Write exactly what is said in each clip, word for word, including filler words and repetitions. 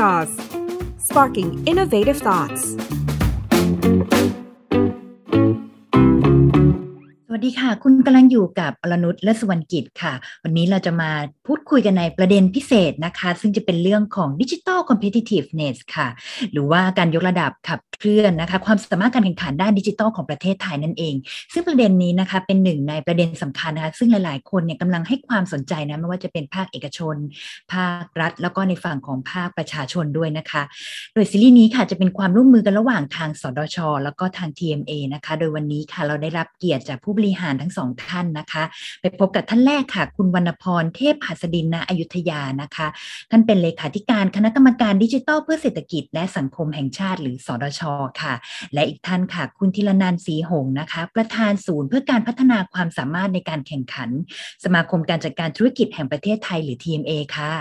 Jaws Sparking Innovative Thoughts สวัสดีค่ะคุณกำลังอยู่กับอรนุชและสุวรรณกิจค่ะวันนี้เราจะมาพูดคุยกันในประเด็นพิเศษนะคะซึ่งจะเป็นเรื่องของ Digital Competitiveness ค่ะหรือว่าการยกระดับขับเคลื่อนนะคะความสามารถการแข่งขันด้านดิจิทัลของประเทศไทยนั่นเองซึ่งประเด็นนี้นะคะเป็นหนึ่งในประเด็นสำคัญนะคะซึ่งหลายๆคนเนี่ยกำลังให้ความสนใจนะไม่ว่าจะเป็นภาคเอกชนภาครัฐแล้วก็ในฝั่งของภาคประชาชนด้วยนะคะโดยซีรีส์นี้ค่ะจะเป็นความร่วมมือกันระหว่างทางสดช.แล้วก็ทาง ที เอ็ม เอ นะคะโดยวันนี้ค่ะเราได้รับเกียรติจากผู้บริหารทั้งสองท่านนะคะไปพบกับท่านแรกค่ะคุณวรรณพรเทพหัสดินณอยุธยานะคะท่านเป็นเลขาธิการคณะกรรมการดิจิทัลเพื่อเศรษฐกิจและสังคมแห่งชาติหรือสดช.ค่ะและอีกท่านค่ะคุณธีรนันท์ศรีหงส์นะคะประธานศูนย์เพื่อการพัฒนาความสามารถในการแข่งขันสมาคมการจัดการธุรกิจแห่งประเทศไทยหรือ ที เอ็ม เอ ค่ะ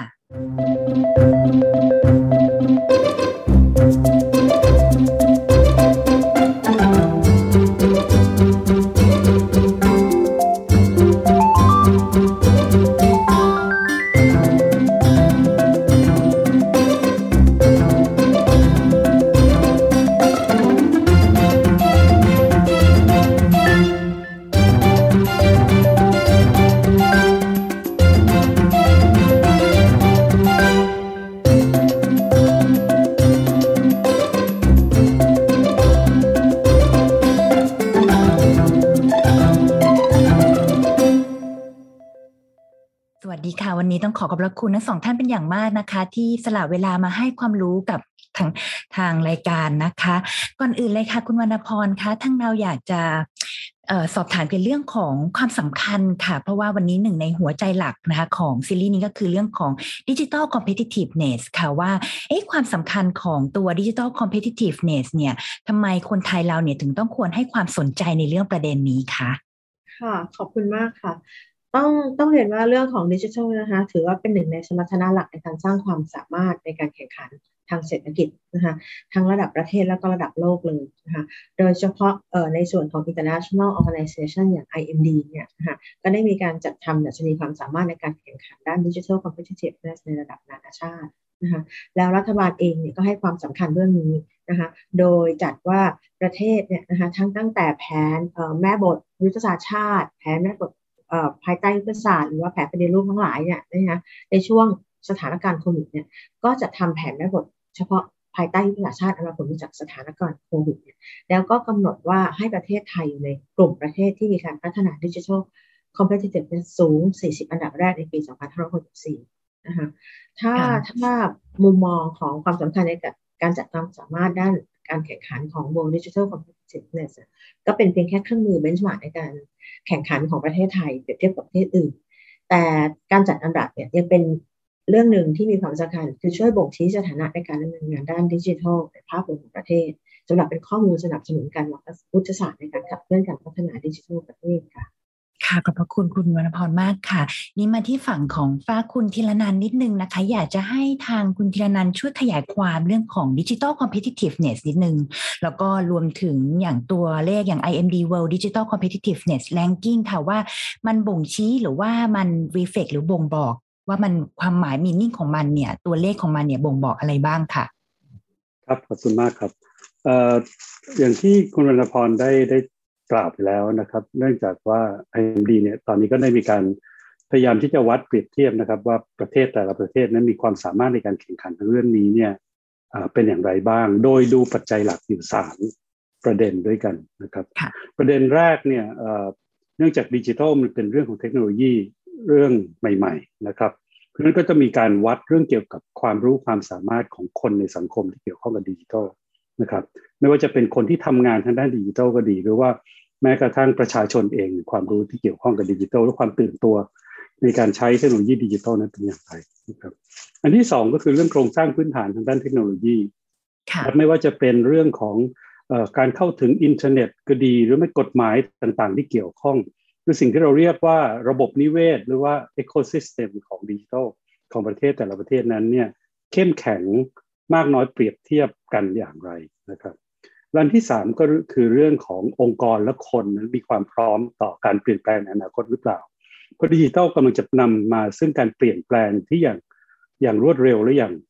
สวัสดีค่ะวันนี้ต้องขอขอบพระคุณทั้งสองท่านเป็นอย่างมากนะคะที่สละเวลามาให้ความรู้กับทางทางรายการนะคะก่อนอื่นเลยค่ะคุณวรรณพรคะทั้งเราอยากจะเอ่อสอบถามเป็นเรื่องของความสำคัญค่ะเพราะว่าวันนี้หนึ่งในหัวใจหลักนะคะของซีรีส์นี้ก็คือเรื่องของ Digital Competitiveness ค่ะว่าเอ๊ะความสำคัญของตัว Digital Competitiveness เนี่ยทำไมคนไทยเราเนี่ยถึงต้องควรให้ความสนใจในเรื่องประเด็นนี้คะค่ะขอบคุณมากค่ะต้องต้องเรียนว่าเรื่องของดิจิทัลนะคะถือว่าเป็นหนึ่งในสมรรถนะหลักในการสร้างความสามารถในการแข่งขันทางเศรษฐกิจนะคะทั้งระดับประเทศแล้วก็ระดับโลกเลยนะคะโดยเฉพาะเอ่อในส่วนของ International Organization อย่าง ไอ เอ็ม ดี เนี่ยนะคะก็ได้มีการจัดทำดัชนีความสามารถในการแข่งขันด้าน Digital Competitiveness ในระดับนานาชาตินะคะแล้วรัฐบาลเองเนี่ยก็ให้ความสำคัญเรื่องนี้นะคะโดยจัดว่าประเทศเนี่ยนะคะทั้งตั้งแต่แผนแม่บทยุทธศาสตร์ชาติแผนแม่บทภายใต้ยุทธศาสตร์หรือว่าแผนปฏิรูปทั้งหลายเนี่ยนะคะในช่วงสถานการณ์โควิดเนี่ยก็จะทำแผนแม่บทเฉพาะภายใต้ยุทธศาสตร์ชาติอนาคตจากสถานการณ์โควิดเนี่ยแล้วก็กำหนดว่าให้ประเทศไทยอยู่ในกลุ่มประเทศที่มีการพัฒนาดิจิทัล competitiveness สูงสี่สิบอันดับแรกในปีสองพันห้าร้อยหกสิบสี่นะคะถ้าถ้ามุมมองของความสำคัญในการจัดความสามารถด้านการแข่งขันของวง Digital Competitiveness ก็เป็นเพียงแค่เครื่องมือเบนช์มาร์กในการแข่งขันของประเทศไทยเปรียบเทียบกับประเทศอื่นแต่การจัดอันดับเนี่ยยังเป็นเรื่องหนึ่งที่มีความสำคัญคือช่วยบ่งชี้สถานะในการดำเนินงานด้านดิจิทัลในภาพรวมของประเทศสำหรับเป็นข้อมูลสนับสนุนการวางยุทธศาสตร์ในการขับเคลื่อนการพัฒนาดิจิทัลประเทศค่ะค่ะขอบพระคุณคุณวรรณพรมากค่ะนี่มาที่ฝั่งของฝ้าคุณธีรนันท์นิดนึงนะคะอยากจะให้ทางคุณธีรนันท์ช่วยขยายความเรื่องของ Digital Competitiveness นิดนึงแล้วก็รวมถึงอย่างตัวเลขอย่าง ไอ เอ็ม ดี World Digital Competitiveness Ranking ค่ะว่ามันบ่งชี้หรือว่ามัน reflect หรือบ่งบอกว่ามันความหมาย meaning ของมันเนี่ยตัวเลขของมันเนี่ยบ่งบอกอะไรบ้างค่ะครับขอบคุณมากครับเอ่ออย่างที่คุณวรรณพรได้ได้กล่าวไปแล้วนะครับเนื่องจากว่า ไอ เอ็ม ดี เนี่ยตอนนี้ก็ได้มีการพยายามที่จะวัดเปรียบเทียบนะครับว่าประเทศแต่ละประเทศนั้นมีความสามารถในการแข่งขันในเรื่องนี้เนี่ยเป็นอย่างไรบ้างโดยดูปัจจัยหลักอยู่สามประเด็นด้วยกันนะครับประเด็นแรกเนี่ยเนื่องจากดิจิทัลมันเป็นเรื่องของเทคโนโลยีเรื่องใหม่ๆนะครับเพราะฉะนั้นก็จะมีการวัดเรื่องเกี่ยวกับความรู้ความสามารถของคนในสังคมที่เกี่ยวข้องกับดิจิทัลนะครับไม่ว่าจะเป็นคนที่ทำงานทางด้านดิจิทัลก็ดีหรือว่าแม้กระทั่งประชาชนเองความรู้ที่เกี่ยวข้องกับดิจิทัลและความตื่นตัวในการใช้เทคโนโลยีดิจิทัลนั้นเป็นอย่างไรนะครับอันที่สองก็คือเรื่องโครงสร้างพื้นฐานทางด้านเทคโนโลยีไม่ว่าจะเป็นเรื่องของเอ่อการเข้าถึงอินเทอร์เน็ตก็ดีหรือไม่กฎหมายต่างๆที่เกี่ยวข้องหรือสิ่งที่เราเรียกว่าระบบนิเวศหรือว่า ecosystem ของดิจิทัลของประเทศแต่ละประเทศนั้นเนี่ยเข้มแข็งมากน้อยเปรียบเทียบกันอย่างไรนะครับอันที่สามก็คือเรื่องขององค์กรและคนนั้นมีความพร้อมต่อการเปลี่ยนแปลงในอนาคตหรือเปล่าเพราะดิจิทัลกำลังจะนำมาซึ่งการเปลี่ยนแปลงที่อย่างอย่างรวดเร็วและอย่าง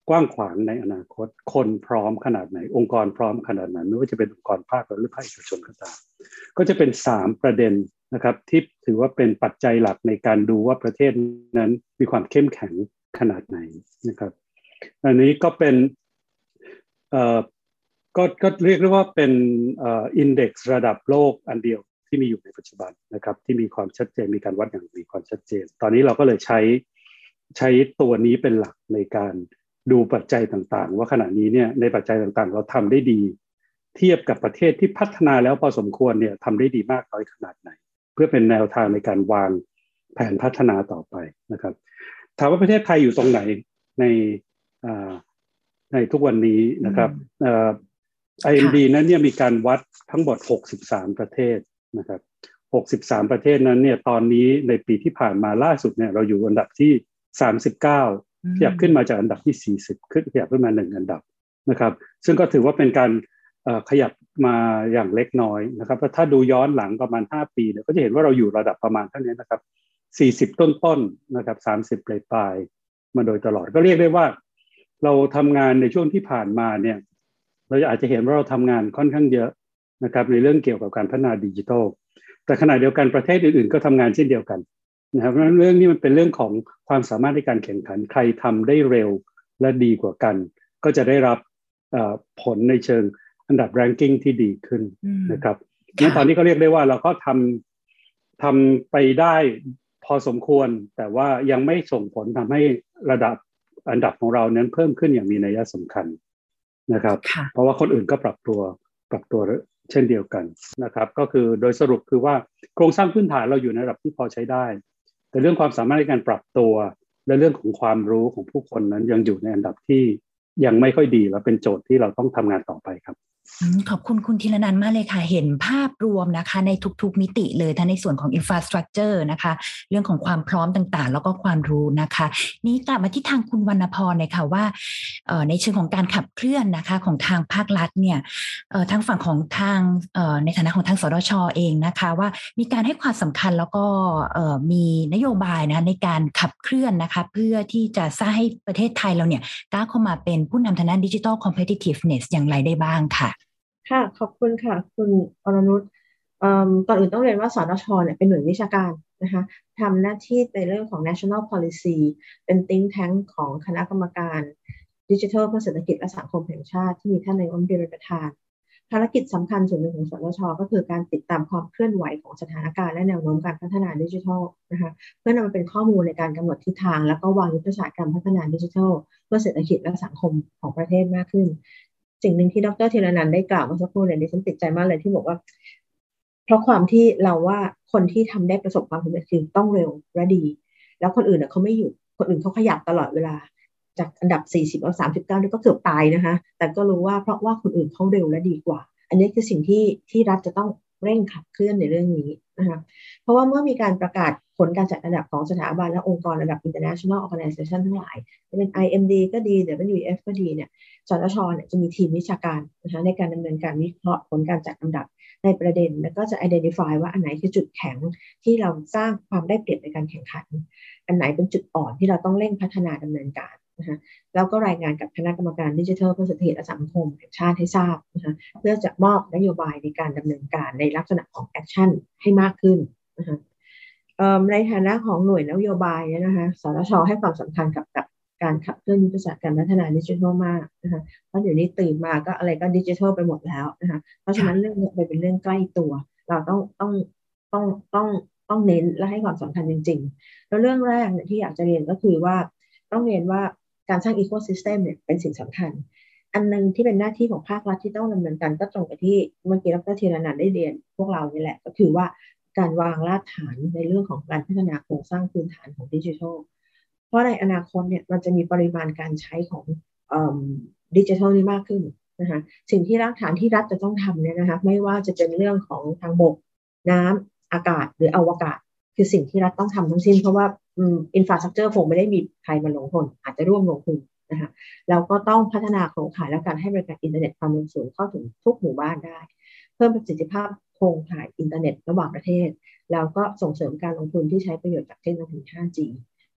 กว้างขวางในอนาคตคนพร้อมขนาดไหนองค์กรพร้อมขนาดไหนไม่ว่าจะเป็นองค์กรภาครัฐหรือภาคเอกชนก็ตามก็จะเป็นสามประเด็นนะครับที่ถือว่าเป็นปัจจัยหลักในการดูว่าประเทศนั้นมีความเข้มแข็งขนาดไหนนะครับอันนี้ก็เป็นเอ่อก็ก็เรียกได้ว่าเป็นเอ่ออินเด็กซ์ระดับโลกอันเดียวที่มีอยู่ในปัจจุบันนะครับที่มีความชัดเจนมีการวัดอย่างมีความชัดเจนตอนนี้เราก็เลยใช้ใช้ตัวนี้เป็นหลักในการดูปัจจัยต่างๆว่าขณะนี้เนี่ยในปัจจัยต่างๆเราทำได้ดีเทียบกับประเทศที่พัฒนาแล้วพอสมควรเนี่ยทำได้ดีมากน้อยขนาดไหนเพื่อเป็นแนวทางในการวางแผนพัฒนาต่อไปนะครับถามว่าประเทศไทยอยู่ตรงไหนในในทุกวันนี้นะครับเอ่อ ไอ เอ็ม ดี นั้นเนี่ยมีการวัดทั้งหมดหกสิบสามประเทศนะครับหกสิบสามประเทศนั้นเนี่ยตอนนี้ในปีที่ผ่านมาล่าสุดเนี่ยเราอยู่อันดับที่สามสิบเก้าขยับขึ้นมาจากอันดับที่สี่สิบขึ้นขยับขึ้นมาหนึ่งอันดับนะครับซึ่งก็ถือว่าเป็นการขยับมาอย่างเล็กน้อยนะครับถ้าดูย้อนหลังประมาณห้าปีเนี่ยก็จะเห็นว่าเราอยู่ระดับประมาณเท่านี้นะครับสี่สิบต้นๆนะครับสามสิบปลายๆมาโดยตลอดก็เรียกได้ว่าเราทำงานในช่วงที่ผ่านมาเนี่ยเราอาจจะเห็นว่าเราทำงานค่อนข้างเยอะนะครับในเรื่องเกี่ยวกับการพัฒนาดิจิทัลแต่ขณะเดียวกันประเทศอื่นๆก็ทำงานเช่นเดียวกันนะครับเพราะฉะนั้นเรื่องนี้มันเป็นเรื่องของความสามารถในการแข่งขันใครทำได้เร็วและดีกว่ากันก็จะได้รับผลในเชิงอันดับ ranking ที่ดีขึ้นนะครับงั้นตอนนี้ก็เรียกได้ว่าเราก็ทำทำไปได้พอสมควรแต่ว่ายังไม่ส่งผลทำให้ระดับอันดับของเรานั้นเพิ่มขึ้นอย่างมีนัยสำคัญนะครับเพราะว่าคนอื่นก็ปรับตัวปรับตัวเช่นเดียวกันนะครับก็คือโดยสรุปคือว่าโครงสร้างพื้นฐานเราอยู่ในระดับที่พอใช้ได้แต่เรื่องความสามารถในการปรับตัวและเรื่องของความรู้ของผู้คนนั้นยังอยู่ในอันดับที่ยังไม่ค่อยดีและเป็นโจทย์ที่เราต้องทำงานต่อไปครับขอบคุณคุณธีรนันท์มากเลยค่ะเห็นภาพรวมนะคะในทุกๆมิติเลยทั้งในส่วนของ infrastructure นะคะเรื่องของความพร้อมต่างๆแล้วก็ความรู้นะคะนี้กลับมาที่ทางคุณวรรณพรเลยค่ะว่าในเชิงของการขับเคลื่อนนะคะของทางภาครัฐเนี่ยทางฝั่งของทางในฐานะของทางสทช.เองนะคะว่ามีการให้ความสำคัญแล้วก็มีนโยบายนะในการขับเคลื่อนนะคะเพื่อที่จะสร้างให้ประเทศไทยเราเนี่ยก้าวเข้ามาเป็นผู้นำทางด้าน Digital Competitiveness อย่างไรได้บ้างค่ะค่ะขอบคุณค่ะคุณอรนุชก่อนอื่นต้องเรียนว่าสทช.เนี่ยเป็นหน่วยวิชาการนะคะทำหน้าที่ในเรื่องของ national policy เป็น think tank ของคณะกรรมการดิจิทัลเพื่อเศรษฐกิจและสังคมแห่งชาติที่มีท่านนายกรัฐมนตรีเป็นประธานภารกิจสำคัญส่วนหนึ่งของสทช.ก็คือการติดตามความเคลื่อนไหวของสถานการณ์และแนวโน้มการพัฒนาดิจิทัลนะคะเพื่อนำมาเป็นข้อมูลในการกำหนดทิศทางและก็วางยุทธศาสตร์การพัฒนาดิจิทัลเพื่อเศรษฐกิจและสังคมของประเทศมากขึ้นสิ่งหนึ่งที่ดร.ธีรนันท์ได้กล่าวเมื่อสักครู่เนี่ยดิฉันติดใจมากเลยที่บอกว่าเพราะความที่เราว่าคนที่ทำได้ประสบความสำเร็จคือต้องเร็วและดีแล้วคนอื่นเนี่ยเขาไม่หยุดคนอื่นเขาขยับตลอดเวลาจากอันดับสี่สิบเอาสามสิบเก้านี่ก็เกือบตายนะคะแต่ก็รู้ว่าเพราะว่าคนอื่นเขาเร็วและดีกว่าอันนี้คือสิ่งที่ที่รัฐจะต้องเร่งขับเคลื่อนในเรื่องนี้นะคะเพราะว่าเมื่อมีการประกาศผลการจัดอันดับของสถาบันและองค์กรระดับ international organization ทั้งหลายจะเป็น ไอ เอ็ม ดี ก็ดี ดับเบิลยู อี เอฟ ก็ดีเนี่ยสทช.เนี่ยจะมีทีมวิชาการนะคะในการดำเนินการวิเคราะห์ผลการจัดอันดับในประเด็นแล้วก็จะ identify ว่าอันไหนคือจุดแข็งที่เราสร้างความได้เปรียบในการแข่งขันอันไหนเป็นจุดอ่อนที่เราต้องเร่งพัฒนาดำเนินการนะคะแล้วก็รายงานกับคณะกรรมการดิจิทัลเพื่อเศรษฐกิจและสังคมแห่งชาติให้ทราบนะคะเพื่อจะมอบนโยบายในการดำเนินการในลักษณะของแอคชั่นให้มากขึ้นนะคะในฐานะของหน่วยนโยบายเนี่ยนะคะสทช.ให้ความสำคัญกับกับการขับเคลื่อนยุทธศาสตร์การพัฒนาดิจิทัลมากนะคะเพราะเดี๋ยวนี้ตื่นมาก็อะไรก็ดิจิทัลไปหมดแล้วนะคะเพราะฉะนั้นเรื่องนี้เป็นเรื่องใกล้ตัวเราต้องต้องต้องต้องต้องเน้นและให้ความสำคัญจริงๆแล้วเรื่องแรกเนี่ยที่อยากจะเรียนก็คือว่าต้องเรียนว่าการสร้างอีโคซิสเต็มเนี่ยเป็นสิ่งสำคัญอันนึงที่เป็นหน้าที่ของภาครัฐที่ต้องดำเนินการก็ตรงกับที่เมื่อกี้ดร.ธีรนันท์ได้เรียนพวกเรานี่แหละก็คือว่าการวางรากฐานในเรื่องของการพัฒนาโครงสร้างพื้นฐานของดิจิทัลเพราะในอนาคตเนี่ยมันจะมีปริมาณการใช้ของดิจิทัลนี่มากขึ้นนะคะสิ่งที่รากฐานที่รัฐจะต้องทำเนี่ยนะคะไม่ว่าจะเป็นเรื่องของทางบกน้ำอากาศหรืออวกาศคือสิ่งที่รัฐต้องทำทั้งสิ้นเพราะว่าอินฟราสตรัคเจอร์คงไม่ได้มีใครมาลงทุนอาจจะร่วมลงทุนนะคะเราก็ต้องพัฒนาโครงข่ายและการให้บริการอินเทอร์เน็ตความเร็วสูงเข้าถึงทุกหมู่บ้านได้เพิ่มประสิทธิภาพโครงข่ายอินเทอร์เน็ตระหว่างประเทศแล้วก็ส่งเสริมการลงทุนที่ใช้ประโยชน์จากเทคโนโลยี ห้าจี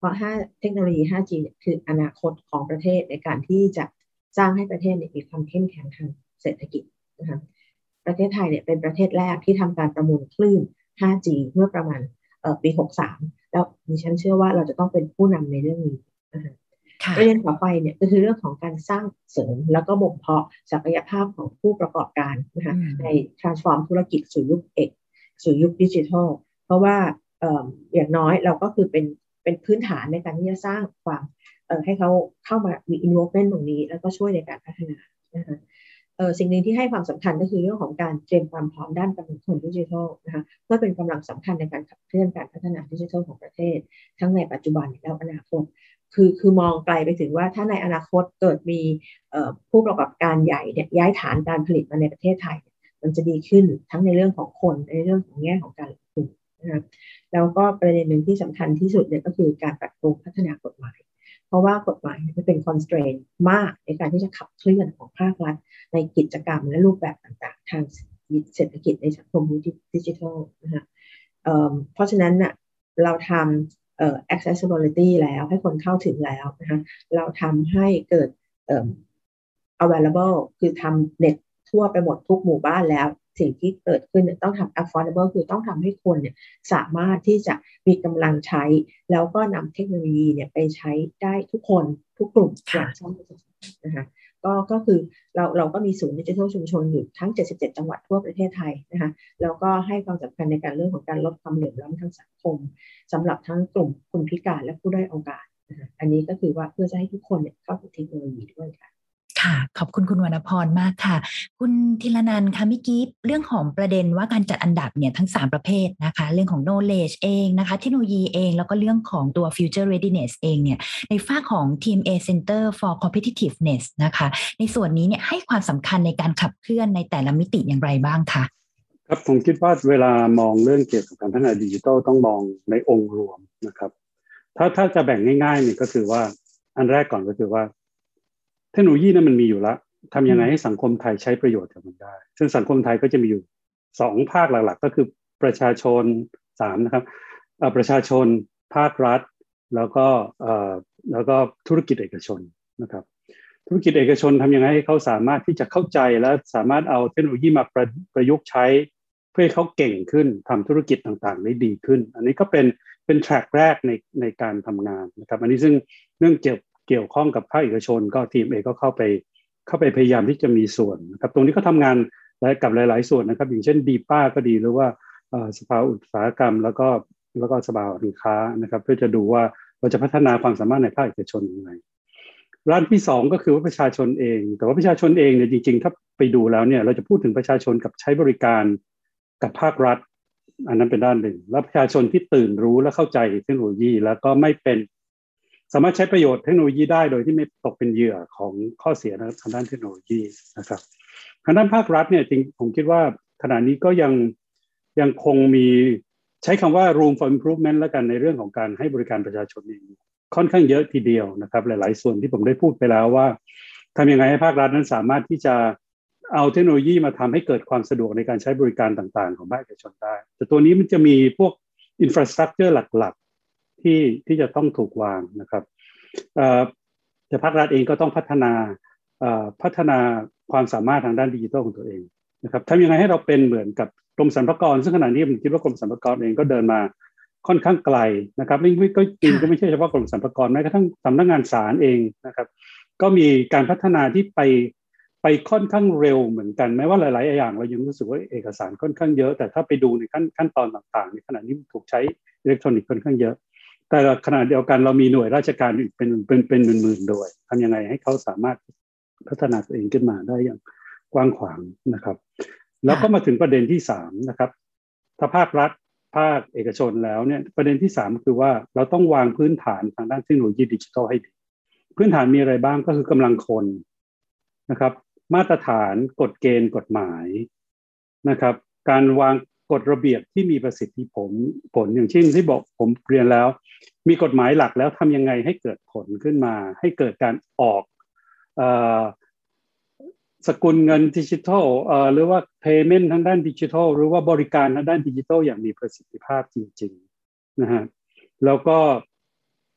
เพราะห้าเทคโนโลยี ห้าจี เนี่ยคืออนาคตของประเทศในการที่จะสร้างให้ประเทศเนี่ยมีความเข้มแข็งทางเศรษฐกิจนะคะประเทศไทยเนี่ยเป็นประเทศแรกที่ทำการประมูลคลื่น ห้าจี เมื่อประมาณเอ่อปีหกสิบสามแล้วดิฉันเชื่อว่าเราจะต้องเป็นผู้นำในเรื่องนี้นะคะประเด็นต่อไปเนี่ยก็คือเรื่องของการสร้างเสริมแล้วก็บ่มเพาะศักยภาพของผู้ประกอบการนะคะใน transform ธุรกิจสู่ยุคเอกสู่ยุคดิจิทัลเพราะว่าเอ่ออย่างน้อยเราก็คือเป็นเป็นพื้นฐานในการที่จะสร้างความเอ่อให้เขาเข้ามามี involvement ตรงนี้แล้วก็ช่วยในการพัฒนานะคะเอ่อสิ่งหนึ่งที่ให้ความสำคัญก็คือเรื่องของการเตรียมความพร้อมด้านการลงทุนดิจิทัลนะคะเพื่อเป็นกำลังสำคัญในการขับเคลื่อนการพัฒนาดิจิทัลของประเทศทั้งในปัจจุบันและอนาคตคือคือมองไกลไปถึงว่าถ้าในอนาคตเกิดมีผู้ประกอบการใหญ่เนี่ยย้ายฐานการผลิตมาในประเทศไทยมันจะดีขึ้นทั้งในเรื่องของคนในเรื่องของแง่ของการลงทุนนะครับแล้วก็ประเด็นหนึ่งที่สำคัญที่สุดเนี่ยก็คือการปรับปรุงพัฒนากฎหมายเพราะว่ากฎหมายมันเป็น constraint มากในการที่จะขับเคลื่อนของภาครัฐในกิจกรรมและรูปแบบต่างๆทางเศรษฐกิจในสังคมดิจิทัลนะฮะเพราะฉะนั้นน่ะเราทำเอ่อ accessibility แล้วให้คนเข้าถึงแล้วนะคะเราทำให้เกิดเอ่อ available คือทำเน็ตทั่วไปหมดทุกหมู่บ้านแล้วสิ่งที่เกิดขึ้นต้องทำ affordable คือต้องทำให้คนเนี่ยสามารถที่จะมีกำลังใช้แล้วก็นำเทคโนโลยีเนี่ยไปใช้ได้ทุกคนทุกกลุ่มอย่างช่องนะคะก็ก็คือเราเราก็มีศูนย์ดิจิทัลชุมชนอยู่ทั้งเจ็ดสิบเจ็ดจังหวัดทั่วประเทศไทยนะคะแล้วก็ให้ความสำคัญในการเรื่องของการลดความเหลื่อมล้ำทางสังคมสำหรับทั้งกลุ่มคนพิการและผู้ด้อยโอกาสนะคะอันนี้ก็คือว่าเพื่อจะให้ทุกคนเนี่ยเข้าถึงเทคโนโลยีด้วยค่ะค่ะขอบคุณคุณวรรณพรมากค่ะคุณธีรนันท์ค่ะเมื่อกี้เรื่องของประเด็นว่าการจัดอันดับเนี่ยทั้งสามประเภทนะคะเรื่องของ knowledge เองนะคะเทคโนโลยีเองแล้วก็เรื่องของตัว future readiness เองเนี่ยในฝั่งของ ที เอ็ม เอ Center for Competitiveness นะคะในส่วนนี้เนี่ยให้ความสำคัญในการขับเคลื่อนในแต่ละมิติอย่างไรบ้างคะครับผมคิดว่าเวลามองเรื่องเกี่ยวกับการพัฒนาดิจิทัลต้องมองในองค์รวมนะครับถ้าถ้าจะแบ่งง่ายๆเนี่ยก็คือว่าอันแรกก่อนก็คือว่าเทคโนโลยีนั้นมันมีอยู่แล้วทำยังไงให้สังคมไทยใช้ประโยชน์จากมันได้ซึ่งสังคมไทยก็จะมีอยู่สองภาคหลักๆก็คือประชาชนสามนะครับประชาชนภาครัฐแล้วก็แล้วก็ธุรกิจเอกชนนะครับธุรกิจเอกชนทำยังไงให้เขาสามารถที่จะเข้าใจและสามารถเอาเทคโนโลยีมาประประยุกต์ใช้เพื่อให้เขาเก่งขึ้นทำธุรกิจต่างๆได้ดีขึ้นอันนี้ก็เป็นเป็นแทร็กแรกในในการทำงานนะครับอันนี้ซึ่งเรื่องเกี่ยวเกี่ยวข้องกับภาคเอกชนก็ทีมเอก็เข้าไปเข้าไปพยายามที่จะมีส่วนนะครับตรงนี้ก็ทำงานกับหลายๆส่วนนะครับอย่างเช่นดีป้าก็ดีหรือว่าสภาอุตสาหกรรมแล้วก็แล้วก็สภาการค้านะครับเพื่อจะดูว่าเราจะพัฒนาความสามารถในภาคเอกชนยังไงด้านที่สองก็คือว่าประชาชนเองแต่ว่าประชาชนเองเนี่ยจริงๆถ้าไปดูแล้วเนี่ยเราจะพูดถึงประชาชนกับใช้บริการกับภาครัฐอันนั้นเป็นด้านหนึ่งแล้วประชาชนที่ตื่นรู้และเข้าใจเทคโนโลยีแล้วก็ไม่เป็นสามารถใช้ประโยชน์เทคโนโลยีได้โดยที่ไม่ตกเป็นเหยื่อของข้อเสียทางด้านเทคโนโลยีนะครับทางด้านภาครัฐเนี่ยจริงผมคิดว่าขณะนี้ก็ยังยังคงมีใช้คำว่า room for improvement แล้วกันในเรื่องของการให้บริการประชาชนเองค่อนข้างเยอะทีเดียวนะครับหลายๆส่วนที่ผมได้พูดไปแล้วว่าทำยังไงให้ภาครัฐนั้นสามารถที่จะเอาเทคโนโลยีมาทำให้เกิดความสะดวกในการใช้บริการต่างๆของภาคเอกชนได้แต่ตัวนี้มันจะมีพวก infrastructure หลักๆที่ที่จะต้องถูกวางนะครับแต่ภาครัฐเองก็ต้องพัฒนาพัฒนาความสามารถทางด้านดิจิทัลของตัวเองนะครับทำยังไงให้เราเป็นเหมือนกับกรมสรรพากรซึ่งขณะนี้ผมคิดว่ากรมสรรพากรเองก็เดินมาค่อนข้างไกลนะครับไม่ก็จริงก็ไม่ใช่เฉพาะกรมสรรพากรแม้กระทั่งสำนักงานศาลเองนะครับก็มีการพัฒนาที่ไปไปค่อนข้างเร็วเหมือนกันแม้ว่าหลายๆอย่างเรายังรู้สึกว่าเอกสารค่อนข้างเยอะแต่ถ้าไปดูในขั้นขั้นตอนต่างๆในขณะนี้ถูกใช้อิเล็กทรอนิกส์ค่อนข้างเยอะแต่ขณะเดียวกันเรามีหน่วยราชการเป็นเป็นเป็นหมื่นๆโดยทำยังไงให้เขาสามารถพัฒนาตัวเองขึ้นมาได้อย่างกว้างขวางนะครับแล้วก็มาถึงประเด็นที่สามนะครับถ้าภาครัฐภาคเอกชนแล้วเนี่ยประเด็นที่สามคือว่าเราต้องวางพื้นฐานทางด้านเทคโนโลยีดิจิทัลให้ดีพื้นฐานมีอะไรบ้างก็คือกำลังคนนะครับมาตรฐานกฎเกณฑ์กฎหมายนะครับการวางกฎระเบียบที่มีประสิทธิผลผลอย่างเช่นที่บอกผมเรียนแล้วมีกฎหมายหลักแล้วทำยังไงให้เกิดผลขึ้นมาให้เกิดการออกเอ่อสกุลเงินดิจิทัลเอ่อหรือว่า payment ทางด้านดิจิทัลหรือว่าบริการทางด้านดิจิทัลอย่างมีประสิทธิภาพจริงๆนะฮะแล้วก็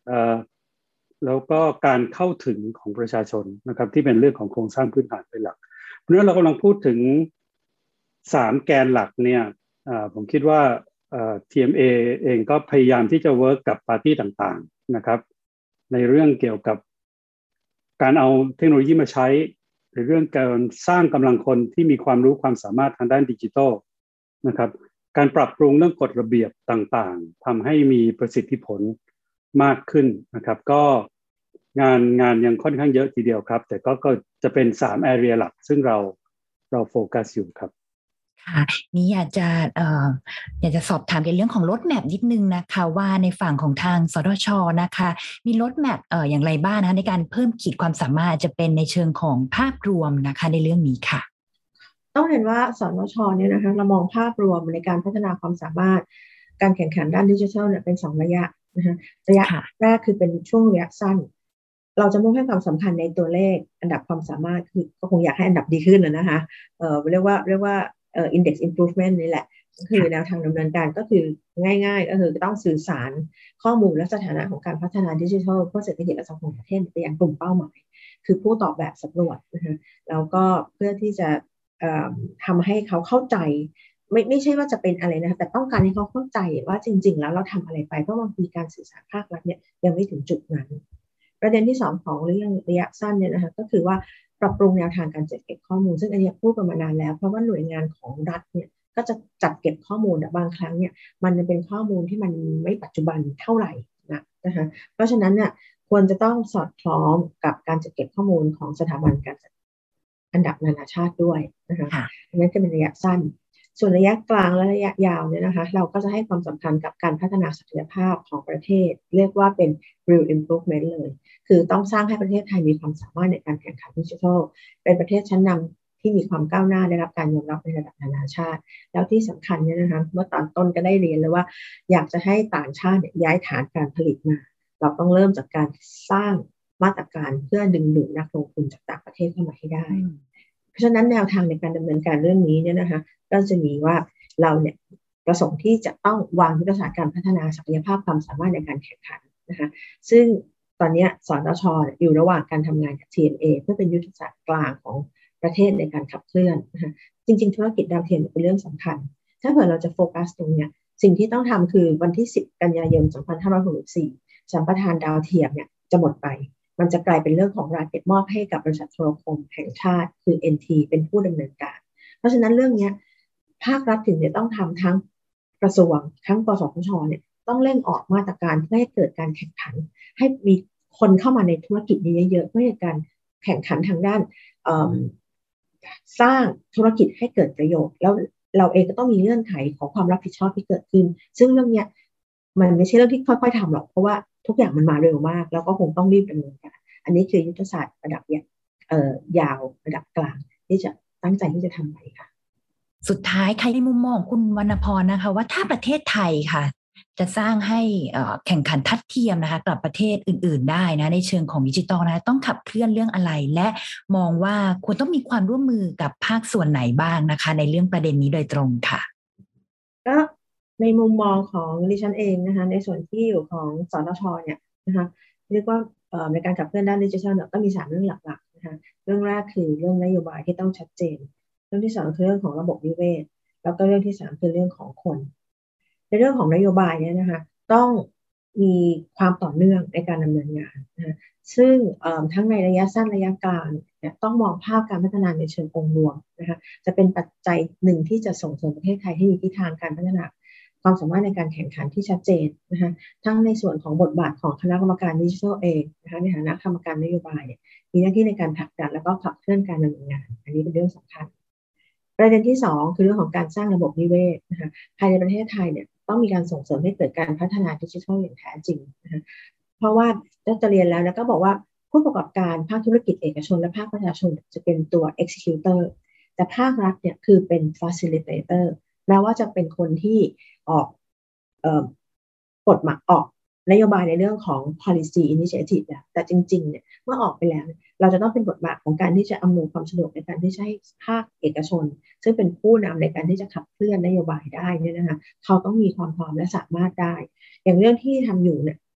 แล้วก็การเข้าถึงของประชาชนนะครับที่เป็นเรื่องของโครงสร้างพื้นฐานเป็นหลักเพราะฉะนั้นเรากำลังพูดถึงสามแกนหลักเนี่ยผมคิดว่า ที เอ็ม เอ เองก็พยายามที่จะเวิร์กกับปาร์ตี้ต่างๆนะครับในเรื่องเกี่ยวกับการเอาเทคโนโลยีมาใช้หรือเรื่องการสร้างกำลังคนที่มีความรู้ความสามารถทางด้านดิจิทัลนะครับการปรับปรุงเรื่องกฎระเบียบต่างๆทำให้มีประสิทธิผลมากขึ้นนะครับก็งานงานยังค่อนข้างเยอะทีเดียวครับแต่ก็ก็จะเป็นสาม area หลักซึ่งเราเราโฟกัสอยู่ครับค่ะนี่อยากจะเอ่ออยากจะสอบถามในเรื่องของ road map นิดนึงนะคะว่าในฝั่งของทางสทช.นะคะมี road map เอ่ออย่างไรบ้างนะคะในการเพิ่มขีดความสามารถจะเป็นในเชิงของภาพรวมนะคะในเรื่องนี้ค่ะต้องเห็นว่าสทช.เนี่ยนะคะเรามองภาพรวมในการพัฒนาความสามารถการแข่งขันด้านดิจิทัลเนี่ยเป็นสองระยะนะคะระยะแรกคือเป็นช่วงระยะสั้นเราจะมุ่งให้ความสำคัญในตัวเลขอันดับความสามารถคือก็คงอยากให้อันดับดีขึ้นนะคะเอ่อเรียกว่าเรียกว่าเอ่อ index improvement นี่แหละก็คือแนวทางดำเนินการก็คือง่ายๆก็คือต้องสื่อสารข้อมูลและสถานะของการพัฒนาดิจิทัลเพื่อเศรษฐกิจและสังคมประเทศไปยังกลุ่มเป้าหมายคือผู้ตอบแบบสำรวจนะคะแล้วก็เพื่อที่จะทำให้เขาเข้าใจไม่ไม่ใช่ว่าจะเป็นอะไรนะคะแต่ต้องการให้เขาเข้าใจว่าจริงๆแล้วเราทำอะไรไปเพราะบางทีการสื่อสารภาครัฐเนี่ยยังไม่ถึงจุดนั้นประเด็นที่สองของเรื่องระยะสั้นเนี่ยนะคะก็คือว่าปรับปรุงแนวทางการจัดเก็บข้อมูลซึ่งอันนี้พูดกันมานานแล้วเพราะว่าหน่วยงานของรัฐเนี่ยก็จะจัดเก็บข้อมูลบางครั้งเนี่ยมันเป็นข้อมูลที่มันไม่ปัจจุบันเท่าไหร่นะนะคะเพราะฉะนั้นเนี่ยควรจะต้องสอดคล้องกับการจัดเก็บข้อมูลของสถาบันการอันดับนานาชาติด้วยนะคะอันนั้นจะเป็นระยะสั้นส่วนระยะกลางและระยะยาวเนี่ยนะคะเราก็จะให้ความสำคัญกับการพัฒนาศักยภาพของประเทศเรียกว่าเป็น real improvement เลยคือต้องสร้างให้ประเทศไทยมีความสามารถในการแข่งขันดิจิทัลเป็นประเทศชั้นนำที่มีความก้าวหน้าได้รับการยอมรับในระดับนานาชาติแล้วที่สำคัญเนี่ยนะคะเมื่อตอนต้นก็ได้เรียนเลยว่าอยากจะให้ต่างชาติย้ายฐานการผลิตมาเราต้องเริ่มจากการสร้างมาตรการเพื่อดึงดูดนักลงทุนจากต่างประเทศเข้ามาให้ได้เพราะฉะนั้นแนวทางในการดำเนินการเรื่องนี้เนี่ยนะคะก็จะมีว่าเราเนี่ยประสงค์ที่จะต้องวางยุทธศาสตร์การพัฒนาศักยภาพความสามารถในการแข่งขันนะคะซึ่งตอนนี้สทช.อยู่ระหว่างการทำงานกับ ที เอ็ม เอ เพื่อเป็นยุทธศาสตร์กลางของประเทศในการขับเคลื่อนนะคะจริงๆธุรกิจดาวเทียมเป็นเรื่องสำคัญถ้าเผื่อเราจะโฟกัสตรงนี้สิ่งที่ต้องทำคือวันที่สิบกันยายนสองพันห้าร้อยหกสิบสี่สัมปทานดาวเทียมเนี่ยจะหมดไปมันจะกลายเป็นเรื่องของรายเก็บมอบให้กับบริษัทโทรคมแห่งชาติคือ เอ็น ที เป็นผู้ดำเนินการเพราะฉะนั้นเรื่องนี้ภาครัฐถึงจะต้องทำทั้งกระทรวงทั้งกสทช.เนี่ยต้องเร่งออกมาตรการเพื่อให้เกิดการแข่งขันให้มีคนเข้ามาในธุรกิจนี้เยอะๆเพื่อการแข่งขันทางด้านสร้างธุรกิจให้เกิดประโยชน์แล้วเราเองก็ต้องมีเงื่อนไขของความรับผิดชอบที่เกิดขึ้นซึ่งเรื่องนี้มันไม่ใช่เรื่องที่ค่อยๆทำหรอกเพราะว่าทุกอย่างมันมาเร็วมากแล้วก็คงต้องรีบดำเนินการอันนี้คือยุทธศาสตร์ระดับเอ่อยาวระดับกลางที่จะตั้งใจที่จะทำไปค่ะสุดท้ายใครในมุมมองคุณวรรณพรนะคะว่าถ้าประเทศไทยค่ะจะสร้างให้แข่งขันทัดเทียมนะคะกับประเทศอื่นๆได้นะในเชิงของดิจิทัลนะต้องขับเคลื่อนเรื่องอะไรและมองว่าควรต้องมีความร่วมมือกับภาคส่วนไหนบ้างนะคะในเรื่องประเด็นนี้โดยตรงค่ะก็ในมุมมองของดิฉันเองนะคะในส่วนที่อยู่ของสทช.เนี่ยนะคะเรียกว่าในการขับเคลื่อนด้านดิจิทัลก็มีสามเรื่องหลักๆนะคะเรื่องแรกคือเรื่องนโยบายที่ต้องชัดเจนเรื่องที่สองคือเรื่องของระบบนิเวศแล้วก็เรื่องที่สามคือเรื่องของคนในเรื่องของนโยบายเนี่ยนะคะต้องมีความต่อเนื่องในการดำเนินงานนะซึ่งทั้งในระยะสั้นระยะกลางเนี่ยต้องมองภาพการพัฒนาในเชิงองค์รวมนะคะจะเป็นปัจจัยหนึ่งที่จะส่งเสริมประเทศไทยให้มีทิศทางการพัฒนาความสามารถในการแข่งขันที่ชัดเจนนะคะทั้งในส่วนของบทบาทของคณะกรรมการดิจิทัลเองนะคะในฐานะกรรมการนโยบายมีหน้าที่ในการผลักดันแล้วก็ขับเคลื่อนการดำเนินงานอันนี้เป็นเรื่องสำคัญประเด็นที่สองคือเรื่องของการสร้างระบบนิเวศนะคะภายในประเทศไทยเนี่ยต้องมีการส่งเสริมให้เกิดการพัฒนาดิจิทัลอย่างแท้จริงนะคะเพราะว่าจะเรียนแล้วแล้วก็บอกว่าผู้ประกอบการภาคธุรกิจเอกชนและภาคประชาชนจะเป็นตัว executor แต่ภาครัฐเนี่ยคือเป็น facilitator แม้ว่าจะเป็นคนที่ออกเอ่อกฎหมายออกนโยบายในเรื่องของ policy initiative แต่จริงๆเนี่ยเมื่อออกไปแล้วเราจะต้องเป็นบทบาทของการที่จะอำนวยความสะดวกในการที่จะให้ภาคเอกชนซึ่งเป็นผู้นำในการที่จะขับเคลื่อนนโยบายได้เนี่ยนะคะเขาต้องมีความพร้อมและสามารถได้อย่างเรื่องที่ทำอยู่เนี่ย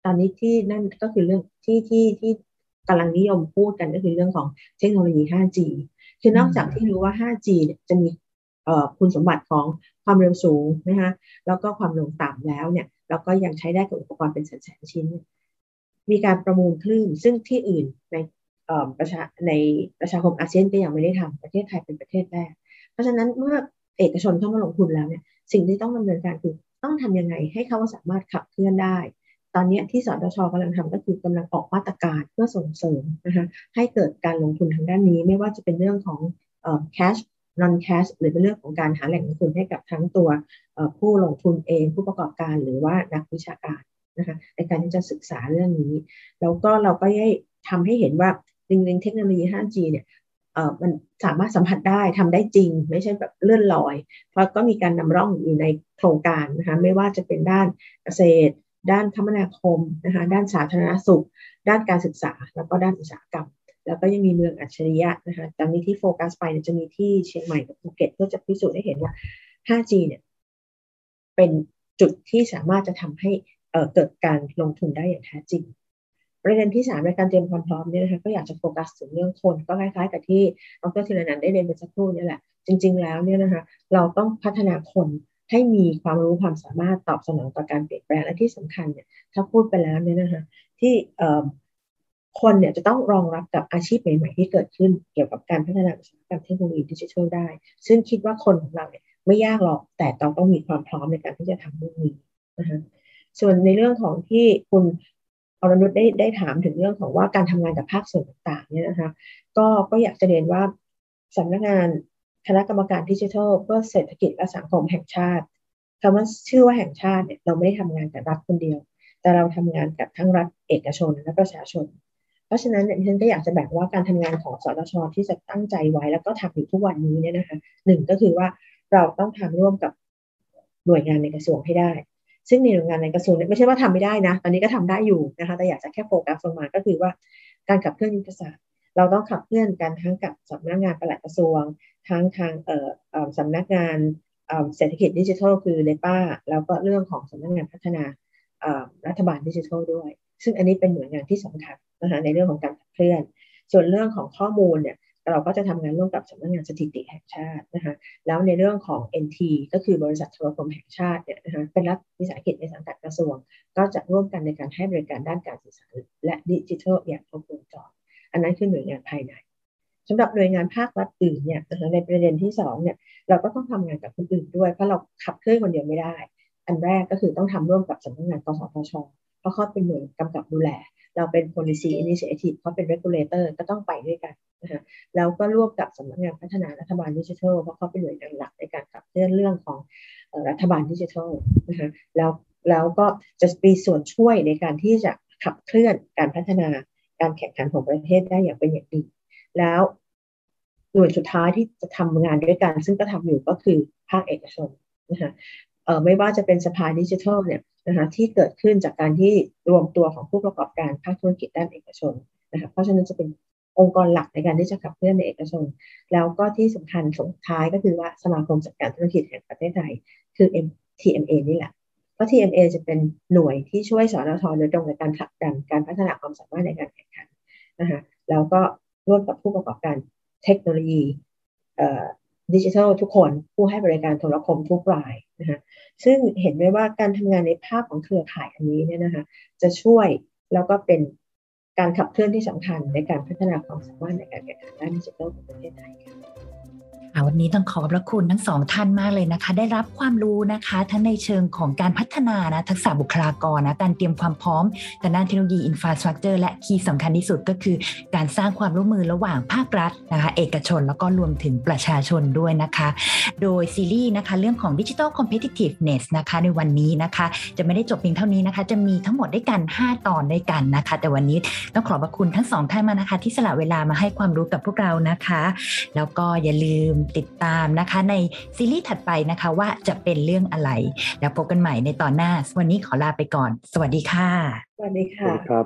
ตอนนี้ที่นั่นก็คือเรื่องที่ที่ที่กำลังนิยมพูดกันก็คือเรื่องของเทคโนโลยี ไฟว์จี คือนอกจากที่รู้ว่า ไฟว์จี เนี่ยจะมีเอ่อคุณสมบัติของความเร็วสูงนะคะแล้วก็ความเร็วต่ำแล้วเนี่ยแล้วก็ยังใช้ได้กับอุปกรณ์เป็นแสนๆชิ้นมีการประมูลคลื่นซึ่งที่อื่นในเอ่อประชาในประชาคมอาเซียนก็ยังไม่ได้ทำประเทศไทยเป็นประเทศแรกเพราะฉะนั้นเมื่อเอกชนเข้ามาลงทุนแล้วเนี่ยสิ่งที่ต้องดำเนินการคือต้องทำยังไงให้เขาสามารถขับเคลื่อนได้ตอนนี้ที่สตช.กำลังทำก็คือกำลังออกมาตรการเพื่อส่งเสริมนะคะให้เกิดการลงทุนทางด้านนี้ไม่ว่าจะเป็นเรื่องของเอ่อ cash non cash หรือเป็นเรื่องของการหาแหล่งลงทุนให้กับทั้งตัวผู้ลงทุนเองผู้ประกอบการหรือว่านักวิชาการนะคะในการที่จะศึกษาเรื่องนี้แล้วก็เราก็ได้ทำให้เห็นว่าจริงๆเทคโนโลยี ไฟว์จี เนี่ยเอ่อมันสามารถสัมผัสได้ทำได้จริงไม่ใช่แบบเลื่อนลอยเพราะก็มีการนำร่องอยู่ในโครงการนะคะไม่ว่าจะเป็นด้านเกษตรด้านคมนาคมนะคะด้านสาธารณสุขด้านการศึกษาแล้วก็ด้านอุตสาหกรรมแล้วก็ยังมีเมืองอัจฉริยะนะคะตอนนี้ที่โฟกัสไปเนี่ยจะมีที่เชียงใหม่กับภูเก็ตเพื่อจะพิสูจน์ให้เห็นว่า ไฟว์จี เนี่ยเป็นจุดที่สามารถจะทำให้เอ่อเกิดการลงทุนได้อย่างแท้จริงประเด็นที่สามในการเตรียมความพร้อมเนี่ยนะคะก็อยากจะโฟกัสถึงเรื่องคนก็คล้ายๆกับที่ดร.ธีรนันท์ได้เรียนเมื่อสักครู่นี่แหละจริงๆแล้วเนี่ยนะคะเราต้องพัฒนาคนให้มีความรู้ความสามารถตอบสนองต่อการเปลี่ยนแปลงและที่สำคัญเนี่ยถ้าพูดไปแล้วเนี่ยนะคะที่เอ่อคนเนี่ยจะต้องรองรับกับอาชีพใหม่ๆที่เกิดขึ้นเกี่ยวกับการพัฒนาอุตสาหกรรมเทคโนโลยีดิจิทัลได้ซึ่งคิดว่าคนของเราเนี่ยไม่ยากหรอกแต่เราต้องมีความพร้อมในการที่จะทำเรื่องนี้นะคะส่วนในเรื่องของที่คุณอรนุชได้ได้ถามถึงเรื่องของว่าการทำงานกับภาคส่วนต่างๆเนี่ยนะคะก็ก็อยากจะเรียนว่าสำนักงานคณะกรรมการดิจิทัลเพื่อเศรษฐกิจและสังคมแห่งชาติคำว่าชื่อว่าแห่งชาติเนี่ยเราไม่ได้ทำงานกับรัฐคนเดียวแต่เราทำงานกับทั้งรัฐเอกชนและประชาชนเพราะฉะนั้นเนี่ยฉันก็อยากจะแบ่งว่าการทำงานของสตช.ที่จะตั้งใจไว้แล้วก็ทำอยู่ทุกวันนี้เนี่ยนะคะหนึ่งก็คือว่าเราต้องทำร่วมกับหน่วยงานในกระทรวงให้ได้ซึ่งในหน่วยงานในกระทรวงเนี่ยไม่ใช่ว่าทำไม่ได้นะตอนนี้ก็ทำได้อยู่นะคะแต่อยากจะแค่โฟกัสลงมาก็คือว่าการขับเคลื่อนยุทธศาสตร์เราต้องขับเคลื่อนกันทั้งกับสำนักงานปลัดกระทรวงทั้งทางเอ่อเอ่อสำนักงานเอ่อเศรษฐกิจดิจิทัลคือเลป้าแล้วก็เรื่องของสำนักงานพัฒนาเอ่อรัฐบาลดิจิทัลด้วยซึ่งอันนี้เป็นหน่วยงานที่สำคัญนะคะในเรื่องของการขับเคลื่อนส่วนเรื่องของข้อมูลเนี่ยเราก็จะทำงานร่วมกับสำนักงานสถิติแห่งชาตินะคะแล้วในเรื่องของ เอ็น ที ก็คือบริษัทโทรคมแห่งชาติเนี่ยนะคะเป็นรัฐวิสาหกิจในสังกัดกระทรวงก็จะร่วมกันในการให้บริการด้านการสื่อสารและดิจิทัลอย่างครบวงจรอันนั้นคือหน่วยงานภายในสำหรับหน่วยงานภาครัฐอื่นเนี่ยนะคะในประเด็นที่สองเนี่ยเราก็ต้องทำงานกับคนอื่นด้วยเพราะเราขับเคลื่อนคนเดียวไม่ได้อันแรกก็คือต้องทำร่วมกับสำนักงานกสทช.เพราะเขาเป็นหน่วยกำกับดูแลเราเป็น policy initiative เขาเป็น regulator ก็ต้องไปด้วยกันนะคะแล้วก็ร่วมกับสำนักงานพัฒนารัฐบาลดิจิทัลเพราะเขาเป็นหน่วยงานหลักในการขับเคลื่อนเรื่องของรัฐบาลดิจิทัลนะคะแล้วแล้วก็จะมีส่วนช่วยในการที่จะขับเคลื่อนการพัฒนาการแข่งขันของประเทศได้อย่างเป็นอย่างดีแล้วหน่วยสุดท้ายที่จะทำงานด้วยกันซึ่งก็ทำอยู่ก็คือภาคเอกชนนะคะเอ่อไม่ว่าจะเป็นสภาดิจิทัลเนี่ยนะคะที่เกิดขึ้นจากการที่รวมตัวของผู้ประกอบการภาคธุรกิจด้านเอกชนนะคะเพราะฉะนั้นจะเป็นองค์กรหลักในการที่จะขับเคลื่อนในเอกชนแล้วก็ที่สำคัญส่งท้ายก็คือว่าสมาคมจัดการธุรกิจแห่งประเทศไทยคือ ที เอ็ม เอ นี่แหละเพราะ ที เอ็ม เอ จะเป็นหน่วยที่ช่วยสตช.โดยตรงในการผลักดันการพัฒนาความสามารถในการแข่งขันนะคะแล้วก็ร่วมกับผู้ประกอบการเทคโนโลยีเอ่อดิจิทัลทุกคนผู้ให้บริการโทรคมทุกรายนะคะซึ่งเห็นได้ว่าการทำงานในภาคของเครือข่ายอันนี้เนี่ยนะคะจะช่วยแล้วก็เป็นการขับเคลื่อนที่สำคัญในการพัฒนาความสามารถในการแข่งขันด้านดิจิทัลของประเทศไทยค่ะวันนี้ต้องขอบพระคุณทั้งสองท่านมากเลยนะคะได้รับความรู้นะคะทั้งในเชิงของการพัฒนานะทักษะบุคลากรนะการเตรียมความพร้อมแต่ด้านเทคโนโลยีอินฟราสตรัคเจอร์และคีย์สำคัญที่สุดก็คือการสร้างความร่วมมือระหว่างภาครัฐนะคะเอกชนแล้วก็รวมถึงประชาชนด้วยนะคะโดยซีรีส์นะคะเรื่องของ Digital Competitiveness นะคะในวันนี้นะคะจะไม่ได้จบเพียงเท่านี้นะคะจะมีทั้งหมดด้วยกันห้าตอนด้วยกันนะคะแต่วันนี้ต้องขอบพระคุณทั้งสองท่านมากนะคะที่สละเวลามาให้ความรู้กับพวกเรานะคะแล้วก็อย่าลืมติดตามนะคะในซีรีส์ถัดไปนะคะว่าจะเป็นเรื่องอะไรแล้วพบกันใหม่ในตอนหน้าวันนี้ขอลาไปก่อนสวัสดีค่ะสวัสดีค่ะครับ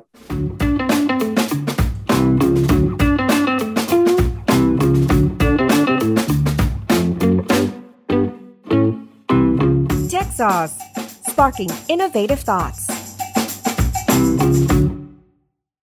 TechSauce, sparking innovative thoughts. Podcast